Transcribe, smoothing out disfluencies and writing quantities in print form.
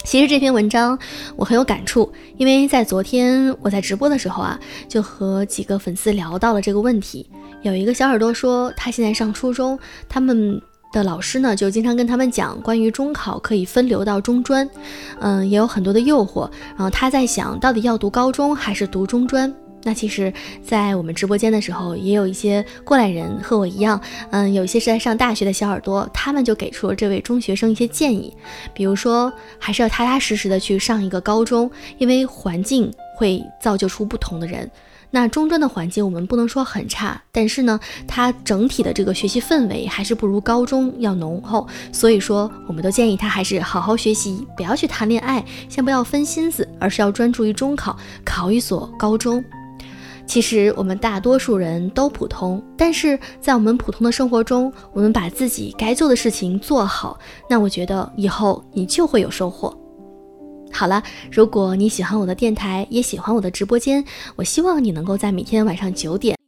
其实这篇文章我很有感触，因为在昨天我在直播的时候啊，就和几个粉丝聊到了这个问题。有一个小耳朵说，他现在上初中，他们的老师呢就经常跟他们讲关于中考可以分流到中专，也有很多的诱惑，然后他在想到底要读高中还是读中专。那其实在我们直播间的时候，也有一些过来人和我一样，有一些是在上大学的小耳朵，他们就给出了这位中学生一些建议，比如说还是要踏踏实实的去上一个高中，因为环境会造就出不同的人。那中专的环境我们不能说很差，但是呢，它整体的这个学习氛围还是不如高中要浓厚，所以说我们都建议他还是好好学习，不要去谈恋爱，先不要分心思，而是要专注于中考，考一所高中。其实我们大多数人都普通，但是在我们普通的生活中，我们把自己该做的事情做好，那我觉得以后你就会有收获。好了，如果你喜欢我的电台，也喜欢我的直播间，我希望你能够在每天晚上9点